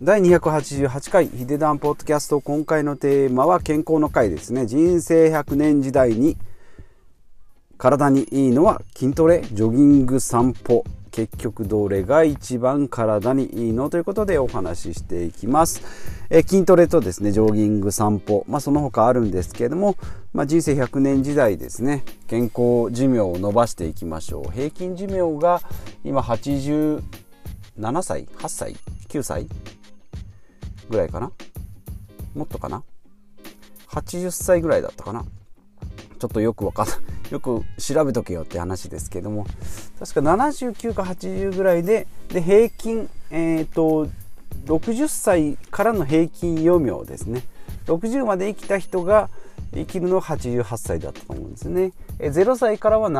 第288回ヒデダンポッドキャスト。今回のテーマは健康の回ですね。人生100年時代に体にいいのは筋トレ、ジョギング、散歩、結局どれが一番体にいいのということでお話ししていきます。筋トレとですね、ジョギング、散歩、その他あるんですけれども、人生100年時代ですね、健康寿命を伸ばしていきましょう。平均寿命が今87歳、8歳、9歳ぐらいかな、もっとかな、80歳ぐらいだったかな、ちょっとよくわかんない、よく調べとけよって話ですけども、確か79か80ぐらいで平均60歳からの平均余命ですね。60まで生きた人が生きるのは88歳だったと思うんですね。0歳からは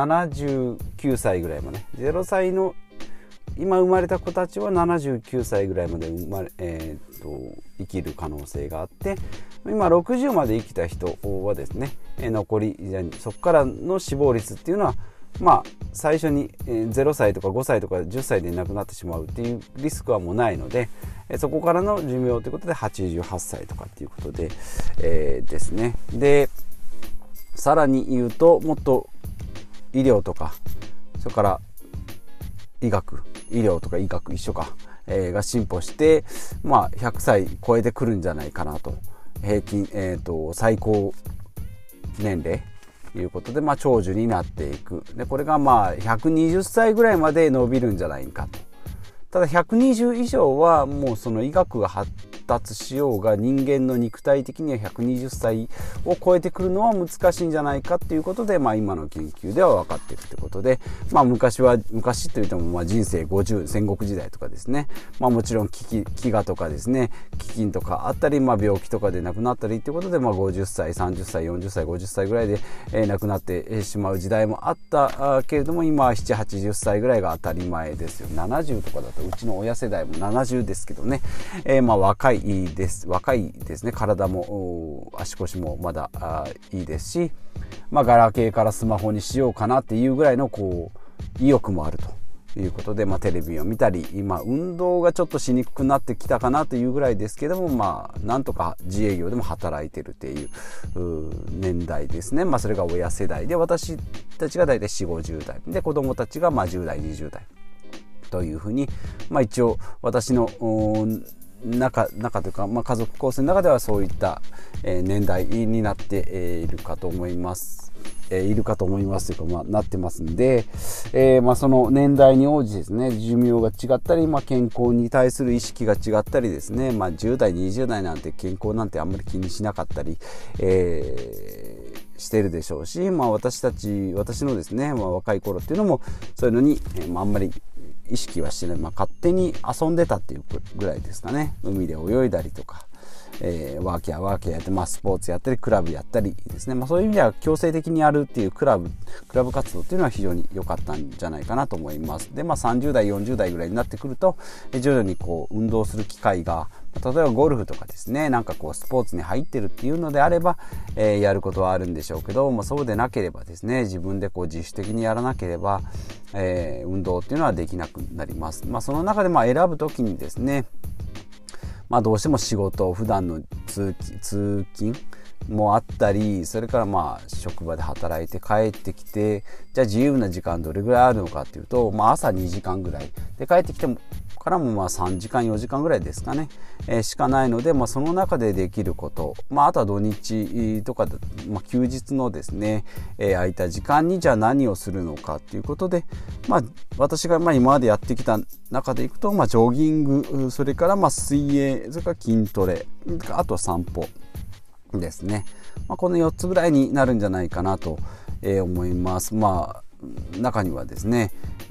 79歳ぐらいまで、0歳の今生まれた子たちは79歳ぐらいまで生きる可能性があって、今60まで生きた人はですね、残りそこからの死亡率っていうのは最初に0歳とか5歳とか10歳で亡くなってしまうっていうリスクはもうないので、そこからの寿命ということで88歳とかっていうことで、ですね。でさらに言うと、もっと医療とか、それから医療とか医学一緒か、が進歩して、100歳超えてくるんじゃないかなと。平均、最高年齢ということで、長寿になっていく。でこれが120歳ぐらいまで伸びるんじゃないかと。ただ120以上はもうその医学が発達しようが、人間の肉体的には120歳を超えてくるのは難しいんじゃないかっていうことで、今の研究では分かっているということで、昔といっても人生50、戦国時代とかですね、もちろん飢餓とかですね、飢饉とかあったり、病気とかで亡くなったりということで、50歳、30歳、40歳、50歳ぐらいで、亡くなってしまう時代もあったけれども、今は7、80歳ぐらいが当たり前ですよ。70とかだとうちの親世代も70ですけどね、若いですね。体も足腰もまだいいですし、ガラケーからスマホにしようかなっていうぐらいの意欲もあるということで、テレビを見たり、運動がちょっとしにくくなってきたかなというぐらいですけども、なんとか自営業でも働いてるっていう年代ですね。それが親世代で、私たちがだいたい40、50代で、子供たちが10代、20代というふうに、一応私の中というか、家族構成の中ではそういった年代になっているかと思いますというか、なってますんで、その年代に応じてですね、寿命が違ったり、健康に対する意識が違ったりですね、10代20代なんて健康なんてあんまり気にしなかったり、してるでしょうし、私のですね、若い頃っていうのもそういうのに、あんまり意識はしてない、勝手に遊んでたっていうぐらいですかね。海で泳いだりとか、ワーキャーやって、スポーツやったりクラブやったりですね、そういう意味では強制的にやるっていうクラブ活動っていうのは非常に良かったんじゃないかなと思います。で30代40代ぐらいになってくると、徐々に運動する機会が、例えばゴルフとかですね、スポーツに入ってるっていうのであれば、やることはあるんでしょうけど、そうでなければですね、自分で自主的にやらなければ、運動っていうのはできなくなります。その中で選ぶときにですね、どうしても仕事、普段の通勤もあったり、それから職場で働いて帰ってきて、じゃあ自由な時間どれぐらいあるのかっていうと、朝2時間ぐらいで、帰ってきてからも3時間4時間ぐらいですかね、しかないので、その中でできること、あとは土日とかで、休日のですね、空いた時間にじゃあ何をするのかっていうことで、私が今までやってきた中でいくと、ジョギング、それから水泳、それから筋トレ、あとは散歩ですね。この4つぐらいになるんじゃないかなと思います。中にはですね、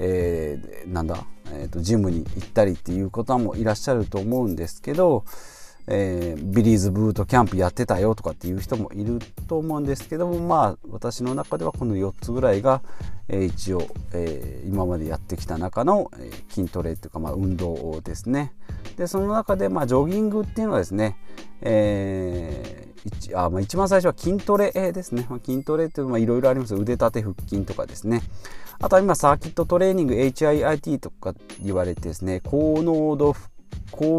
ジムに行ったりっていう方もいらっしゃると思うんですけど、ビリーズブートキャンプやってたよとかっていう人もいると思うんですけども、私の中ではこの4つぐらいが、一応、今までやってきた中の筋トレというか、運動ですね。でその中で、ジョギングっていうのはですね、一番最初は筋トレですね。筋トレっていうのはいろいろあります。腕立て腹筋とかですね。あとは今サーキットトレーニング HIIT とか言われてですね、高濃度高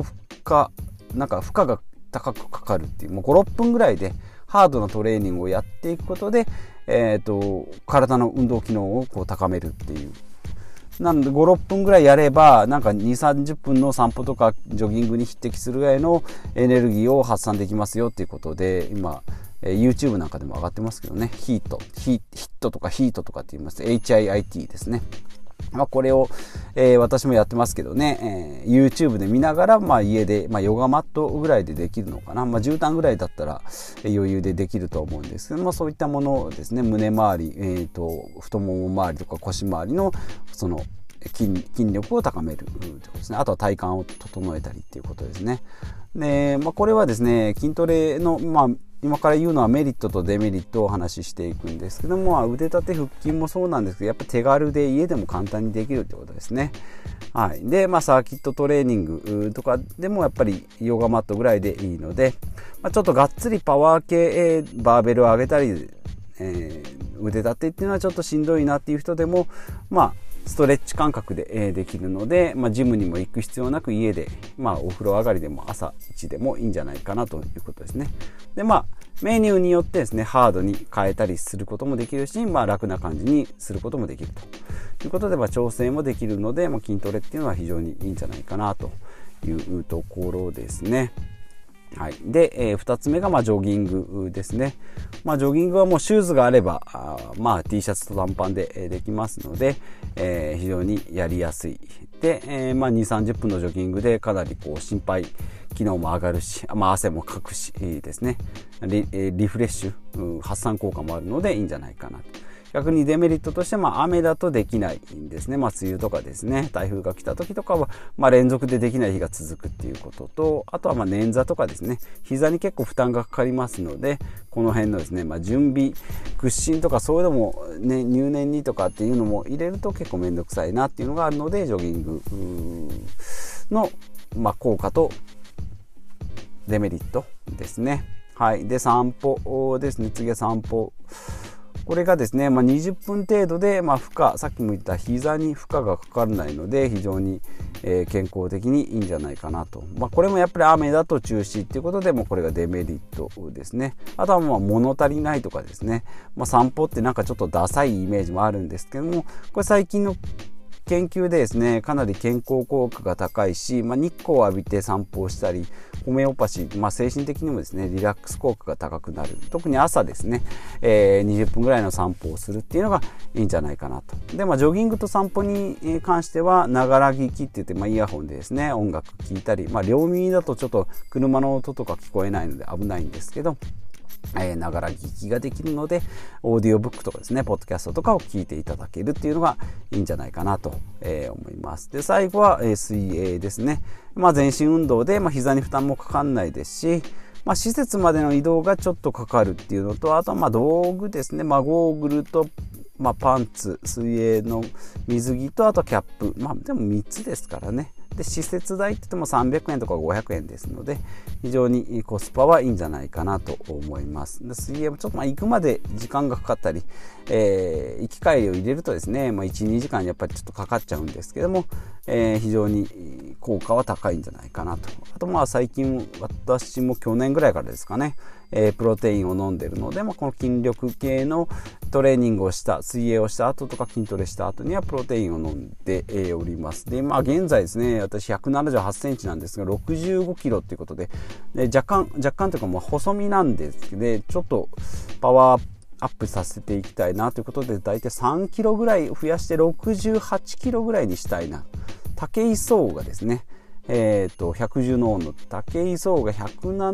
なんか負荷が高くかかるっていう、もう5、6分ぐらいでハードなトレーニングをやっていくことで、体の運動機能をこう高めるっていう。なので5、6分ぐらいやればなんか2、30分の散歩とかジョギングに匹敵するぐらいのエネルギーを発散できますよっていうことで、今YouTube なんかでも上がってますけどね、ヒットとかヒートとかって言います。HIIT ですね。これを、私もやってますけどね、YouTube で見ながら、家で、ヨガマットぐらいでできるのかな、絨毯ぐらいだったら余裕でできると思うんですけども、そういったものですね、胸周り、太もも周りとか腰周りのその筋力を高めるということですね。あとは体幹を整えたりっていうことですね。で、これはですね、筋トレの、今から言うのはメリットとデメリットをお話ししていくんですけども、腕立て腹筋もそうなんですけど、やっぱり手軽で家でも簡単にできるってことですね。はい。で、サーキットトレーニングとかでもやっぱりヨガマットぐらいでいいので、ちょっとがっつりパワー系、バーベルを上げたり、腕立てっていうのはちょっとしんどいなっていう人でも、ストレッチ感覚でできるので、ジムにも行く必要なく家で、お風呂上がりでも朝一でもいいんじゃないかなということですね。で、メニューによってですね、ハードに変えたりすることもできるし、楽な感じにすることもできるということで、調整もできるので、筋トレっていうのは非常にいいんじゃないかなというところですね。はい。で、2つ目がジョギングですね。ジョギングはもうシューズがあればT シャツと短パンでできますので、非常にやりやすい。で、2、30分のジョギングでかなりこう心肺機能も上がるし、汗もかくしですね。リフレッシュ、発散効果もあるのでいいんじゃないかなと。逆にデメリットとしては、雨だとできないんですね。梅雨とかですね、台風が来た時とかは、連続でできない日が続くっていうことと、あとは捻挫とかですね、膝に結構負担がかかりますので、この辺のですね、準備、屈伸とかそういうのもね、入念にとかっていうのも入れると結構めんどくさいなっていうのがあるので、ジョギングの、効果とデメリットですね。はい。で、散歩ですね。次は散歩。これがですね、20分程度で、さっきも言った膝に負荷がかからないので、非常に、健康的にいいんじゃないかなと。これもやっぱり雨だと中止っていうことで、これがデメリットですね。あとは物足りないとかですね。散歩ってなんかちょっとダサいイメージもあるんですけども、これ最近の研究でですね、かなり健康効果が高いし、日光を浴びて散歩をしたり、ホメオパシー、精神的にもですね、リラックス効果が高くなる。特に朝ですね、20分ぐらいの散歩をするっていうのがいいんじゃないかなと。で、ジョギングと散歩に関しては、ながら聞きって言って、イヤホンでですね、音楽聴いたり、両耳だとちょっと車の音とか聞こえないので危ないんですけど、ながら聞きができるので、オーディオブックとかですね、ポッドキャストとかを聞いていただけるっていうのがいいんじゃないかなと思います。で、最後は水泳ですね。全身運動で膝に負担もかかんないですし、施設までの移動がちょっとかかるっていうのと、あとは道具ですね、ゴーグルとパンツ、水泳の水着と、あとキャップ、でも3つですからね。で、施設代って言っても300円とか500円ですので、非常にコスパはいいんじゃないかなと思います。で、水泳もちょっと行くまで時間がかかったり、行き帰りを入れるとですね、1、2時間やっぱりちょっとかかっちゃうんですけども、非常に効果は高いんじゃないかなと。あと最近私も去年ぐらいからですかね、プロテインを飲んでるので、この筋力系のトレーニングをした水泳をした後とか筋トレした後にはプロテインを飲んでおります。で、現在ですね、私178センチなんですが65キロっていうことで、若干というか細身なんですけど、ちょっとパワーアップさせていきたいなということで、だいたい3キロぐらい増やして68キロぐらいにしたいな。武井壮がですね、百獣の王の武井壮が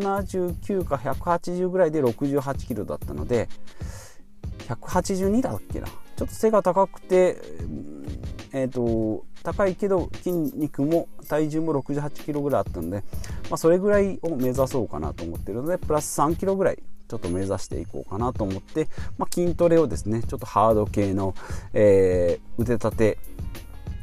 179か180ぐらいで68キロだったので、182だっけな、ちょっと背が高くて、高いけど筋肉も体重も68キロぐらいあったので、それぐらいを目指そうかなと思っているので、プラス3キロぐらいちょっと目指していこうかなと思って、筋トレをですね、ちょっとハード系の、腕立て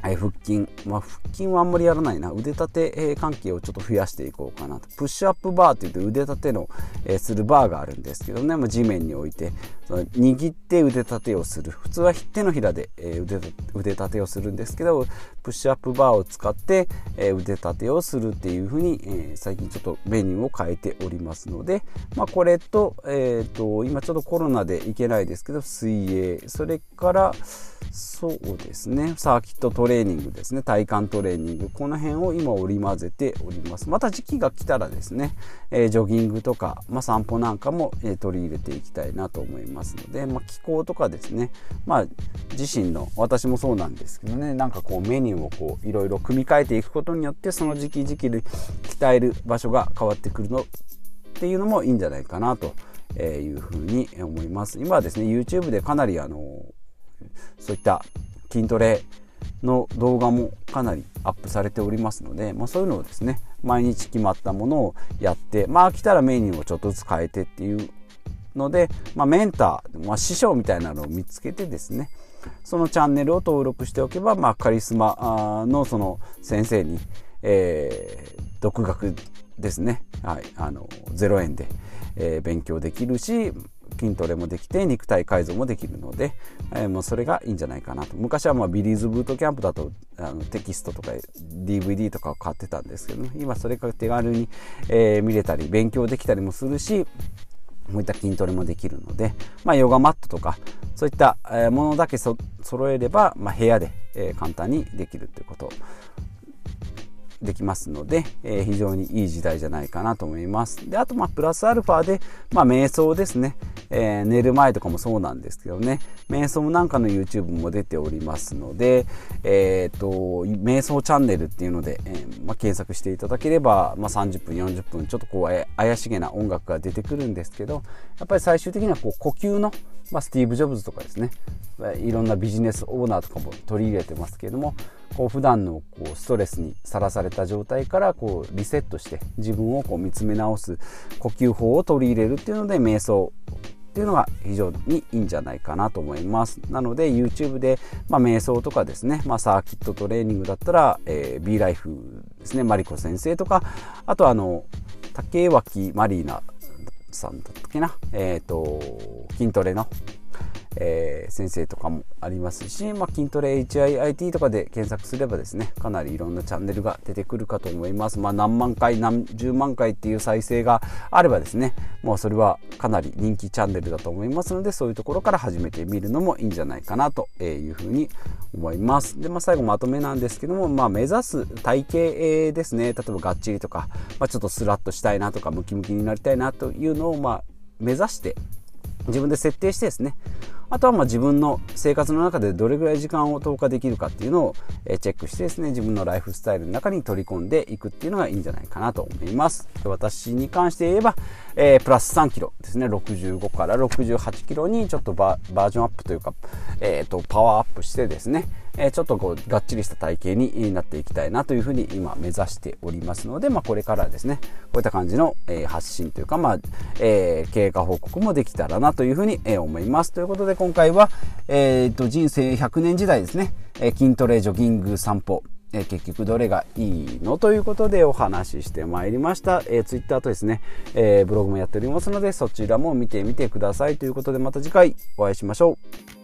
腹筋、腹筋はあんまりやらないな。腕立て関係をちょっと増やしていこうかなと。プッシュアップバーって言って腕立てのするバーがあるんですけどね、地面に置いて握って腕立てをする。普通は手のひらで腕立てをするんですけど、プッシュアップバーを使って腕立てをするっていう風に最近ちょっとメニューを変えておりますので、これと今ちょっとコロナで行けないですけど、水泳、それからそうですね、サーキットトレーニングですね、体幹トレーニング、この辺を今織り交ぜております。また時期が来たらですね、ジョギングとか、散歩なんかも取り入れていきたいなと思いますので、気候とかですね、自身の、私もそうなんですけどね、なんかこうメニューをいろいろ組み替えていくことによって、その時期時期で鍛える場所が変わってくるのっていうのもいいんじゃないかなというふうに思います。今はですね、 YouTube でかなりそういった筋トレの動画もかなりアップされておりますので、そういうのをですね、毎日決まったものをやって、飽きたらメニューをちょっとずつ変えてっていうので、メンター、師匠みたいなのを見つけてですね、そのチャンネルを登録しておけば、カリスマのその先生に、独学ですね、0円で、勉強できるし、筋トレもできて肉体改造もできるので、もうそれがいいんじゃないかなと。昔はビリーズブートキャンプだとテキストとか DVD とかを買ってたんですけど、今それが手軽に、見れたり勉強できたりもするし、こういった筋トレもできるので、ヨガマットとかそういったものだけ揃えれば、部屋で簡単にできるということできますので、非常にいい時代じゃないかなと思います。で、あとプラスアルファで、瞑想ですね、寝る前とかもそうなんですけどね、瞑想なんかの YouTube も出ておりますので、瞑想チャンネルっていうので、検索していただければ、30分40分ちょっと怪しげな音楽が出てくるんですけど、やっぱり最終的には呼吸の、スティーブ・ジョブズとかですね、いろんなビジネスオーナーとかも取り入れてますけれども、普段のストレスにさらされた状態からリセットして自分を見つめ直す呼吸法を取り入れるっていうので、瞑想っていうのが非常にいいんじゃないかなと思います。なので YouTube で、瞑想とかですね、サーキットトレーニングだったら、B ライフですね、マリコ先生とか、あと竹脇マリーナさんだったっけな、筋トレの先生とかもありますし、筋トレ HIIT とかで検索すればですね、かなりいろんなチャンネルが出てくるかと思います。何万回何十万回っていう再生があればですね、もうそれはかなり人気チャンネルだと思いますので、そういうところから始めてみるのもいいんじゃないかなというふうに思います。で、最後まとめなんですけども、目指す体型ですね、例えばがっちりとか、ちょっとスラッとしたいなとかムキムキになりたいなというのを目指して自分で設定してですね、あとは自分の生活の中でどれぐらい時間を投下できるかっていうのをチェックしてですね、自分のライフスタイルの中に取り込んでいくっていうのがいいんじゃないかなと思います。私に関して言えば、プラス3キロですね、65から68キロにちょっとバージョンアップというか、パワーアップしてですね、ちょっとがっちりした体型になっていきたいなというふうに今目指しておりますので、これからですね、こういった感じの発信というか、経過報告もできたらなというふうに思います。ということで今回は、人生100年時代ですね、筋トレ、ジョギング、散歩、結局どれがいいのということでお話ししてまいりました。ツイッターとですね、ブログもやっておりますので、そちらも見てみてくださいということで、また次回お会いしましょう。